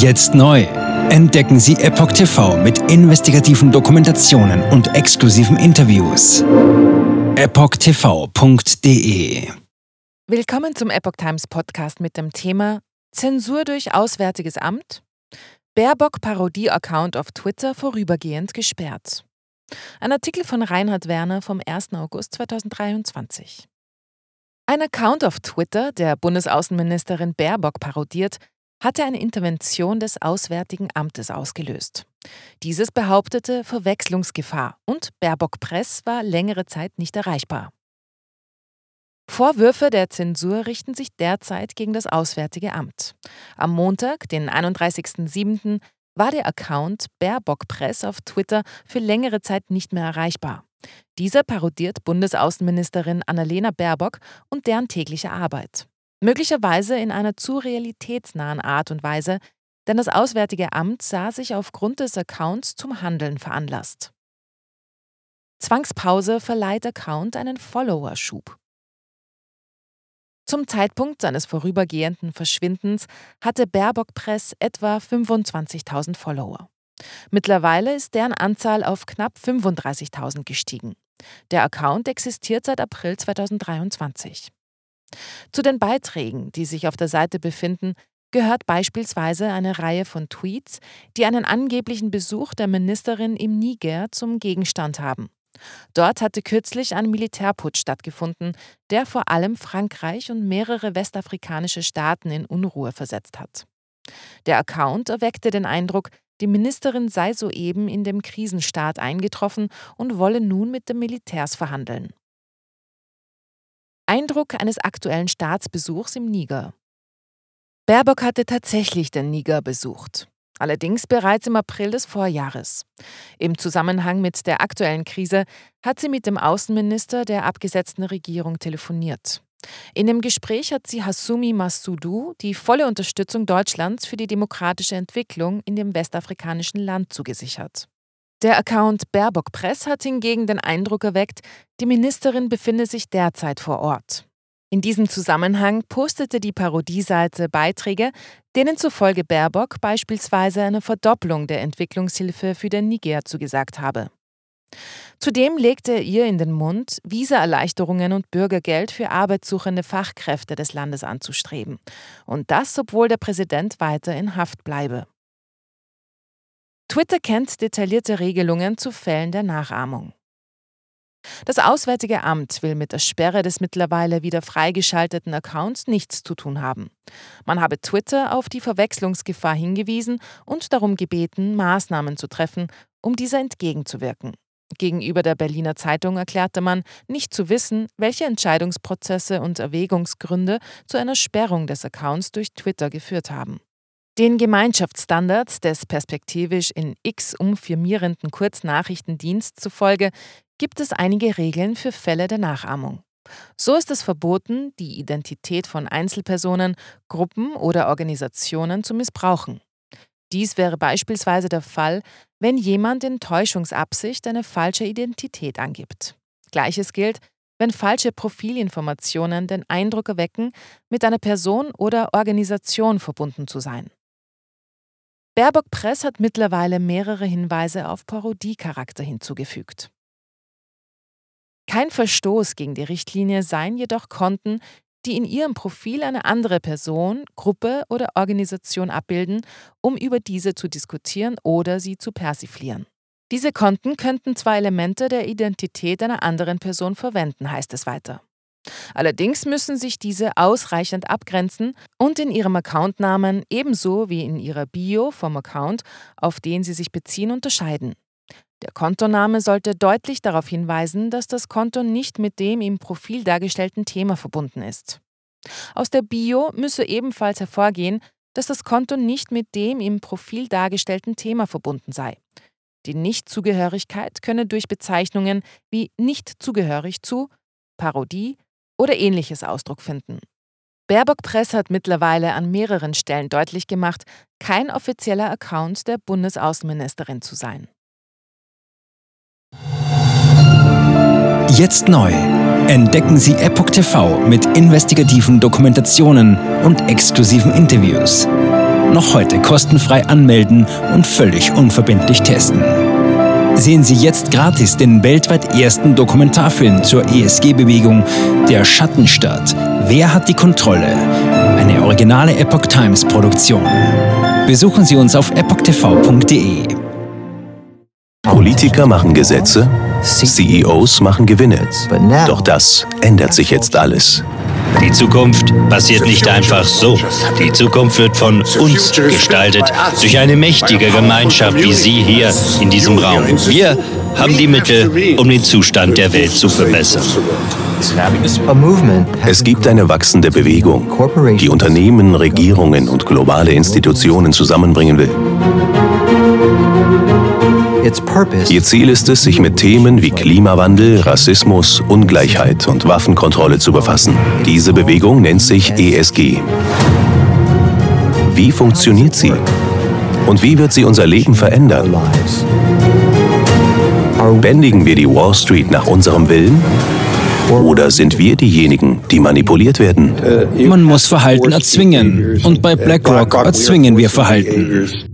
Jetzt neu. Entdecken Sie Epoch TV mit investigativen Dokumentationen und exklusiven Interviews. EpochTV.de. Willkommen zum Epoch Times Podcast mit dem Thema Zensur durch Auswärtiges Amt? Baerbock Parodie-Account auf Twitter vorübergehend gesperrt. Ein Artikel von Reinhard Werner vom 1. August 2023. Ein Account auf Twitter, der Bundesaußenministerin Baerbock parodiert, hatte eine Intervention des Auswärtigen Amtes ausgelöst. Dieses behauptete Verwechslungsgefahr und Baerbock Press war längere Zeit nicht erreichbar. Vorwürfe der Zensur richten sich derzeit gegen das Auswärtige Amt. Am Montag, den 31.07., war der Account Baerbock Press auf Twitter für längere Zeit nicht mehr erreichbar. Dieser parodiert Bundesaußenministerin Annalena Baerbock und deren tägliche Arbeit. Möglicherweise in einer zu realitätsnahen Art und Weise, denn das Auswärtige Amt sah sich aufgrund des Accounts zum Handeln veranlasst. Zwangspause verleiht Account einen Followerschub. Zum Zeitpunkt seines vorübergehenden Verschwindens hatte Baerbock Press etwa 25.000 Follower. Mittlerweile ist deren Anzahl auf knapp 35.000 gestiegen. Der Account existiert seit April 2023. Zu den Beiträgen, die sich auf der Seite befinden, gehört beispielsweise eine Reihe von Tweets, die einen angeblichen Besuch der Ministerin im Niger zum Gegenstand haben. Dort hatte kürzlich ein Militärputsch stattgefunden, der vor allem Frankreich und mehrere westafrikanische Staaten in Unruhe versetzt hat. Der Account erweckte den Eindruck, die Ministerin sei soeben in dem Krisenstaat eingetroffen und wolle nun mit den Militärs verhandeln. Eindruck eines aktuellen Staatsbesuchs im Niger. Baerbock hatte tatsächlich den Niger besucht. Allerdings bereits im April des Vorjahres. Im Zusammenhang mit der aktuellen Krise hat sie mit dem Außenminister der abgesetzten Regierung telefoniert. In dem Gespräch hat sie Hassoumi Massoudou die volle Unterstützung Deutschlands für die demokratische Entwicklung in dem westafrikanischen Land zugesichert. Der Account Baerbock Press hat hingegen den Eindruck erweckt, die Ministerin befinde sich derzeit vor Ort. In diesem Zusammenhang postete die Parodieseite Beiträge, denen zufolge Baerbock beispielsweise eine Verdopplung der Entwicklungshilfe für den Niger zugesagt habe. Zudem legte er ihr in den Mund, Visaerleichterungen und Bürgergeld für arbeitssuchende Fachkräfte des Landes anzustreben. Und das, obwohl der Präsident weiter in Haft bleibe. Twitter kennt detaillierte Regelungen zu Fällen der Nachahmung. Das Auswärtige Amt will mit der Sperre des mittlerweile wieder freigeschalteten Accounts nichts zu tun haben. Man habe Twitter auf die Verwechslungsgefahr hingewiesen und darum gebeten, Maßnahmen zu treffen, um dieser entgegenzuwirken. Gegenüber der Berliner Zeitung erklärte man, nicht zu wissen, welche Entscheidungsprozesse und Erwägungsgründe zu einer Sperrung des Accounts durch Twitter geführt haben. Den Gemeinschaftsstandards des perspektivisch in X umfirmierenden Kurznachrichtendienst zufolge gibt es einige Regeln für Fälle der Nachahmung. So ist es verboten, die Identität von Einzelpersonen, Gruppen oder Organisationen zu missbrauchen. Dies wäre beispielsweise der Fall, wenn jemand in Täuschungsabsicht eine falsche Identität angibt. Gleiches gilt, wenn falsche Profilinformationen den Eindruck erwecken, mit einer Person oder Organisation verbunden zu sein. Baerbock Press hat mittlerweile mehrere Hinweise auf Parodiecharakter hinzugefügt. Kein Verstoß gegen die Richtlinie seien jedoch Konten, die in ihrem Profil eine andere Person, Gruppe oder Organisation abbilden, um über diese zu diskutieren oder sie zu persiflieren. Diese Konten könnten zwar Elemente der Identität einer anderen Person verwenden, heißt es weiter. Allerdings müssen sich diese ausreichend abgrenzen und in ihrem Accountnamen ebenso wie in ihrer Bio vom Account, auf den sie sich beziehen, unterscheiden. Der Kontoname sollte deutlich darauf hinweisen, dass das Konto nicht mit dem im Profil dargestellten Thema verbunden ist. Aus der Bio müsse ebenfalls hervorgehen, dass das Konto nicht mit dem im Profil dargestellten Thema verbunden sei. Die Nichtzugehörigkeit könne durch Bezeichnungen wie nicht zugehörig zu, Parodie oder Ähnliches Ausdruck finden. Baerbock Press hat mittlerweile an mehreren Stellen deutlich gemacht, kein offizieller Account der Bundesaußenministerin zu sein. Jetzt neu. Entdecken Sie Epoch TV mit investigativen Dokumentationen und exklusiven Interviews. Noch heute kostenfrei anmelden und völlig unverbindlich testen. Sehen Sie jetzt gratis den weltweit ersten Dokumentarfilm zur ESG-Bewegung, Der Schattenstaat. Wer hat die Kontrolle? Eine originale Epoch Times Produktion. Besuchen Sie uns auf epochtv.de. Politiker machen Gesetze, CEOs machen Gewinne. Doch das ändert sich jetzt alles. Die Zukunft passiert nicht einfach so. Die Zukunft wird von uns gestaltet, durch eine mächtige Gemeinschaft wie Sie hier in diesem Raum. Wir haben die Mittel, um den Zustand der Welt zu verbessern. Es gibt eine wachsende Bewegung, die Unternehmen, Regierungen und globale Institutionen zusammenbringen will. Ihr Ziel ist es, sich mit Themen wie Klimawandel, Rassismus, Ungleichheit und Waffenkontrolle zu befassen. Diese Bewegung nennt sich ESG. Wie funktioniert sie? Und wie wird sie unser Leben verändern? Bändigen wir die Wall Street nach unserem Willen? Oder sind wir diejenigen, die manipuliert werden? Man muss Verhalten erzwingen. Und bei BlackRock erzwingen wir Verhalten.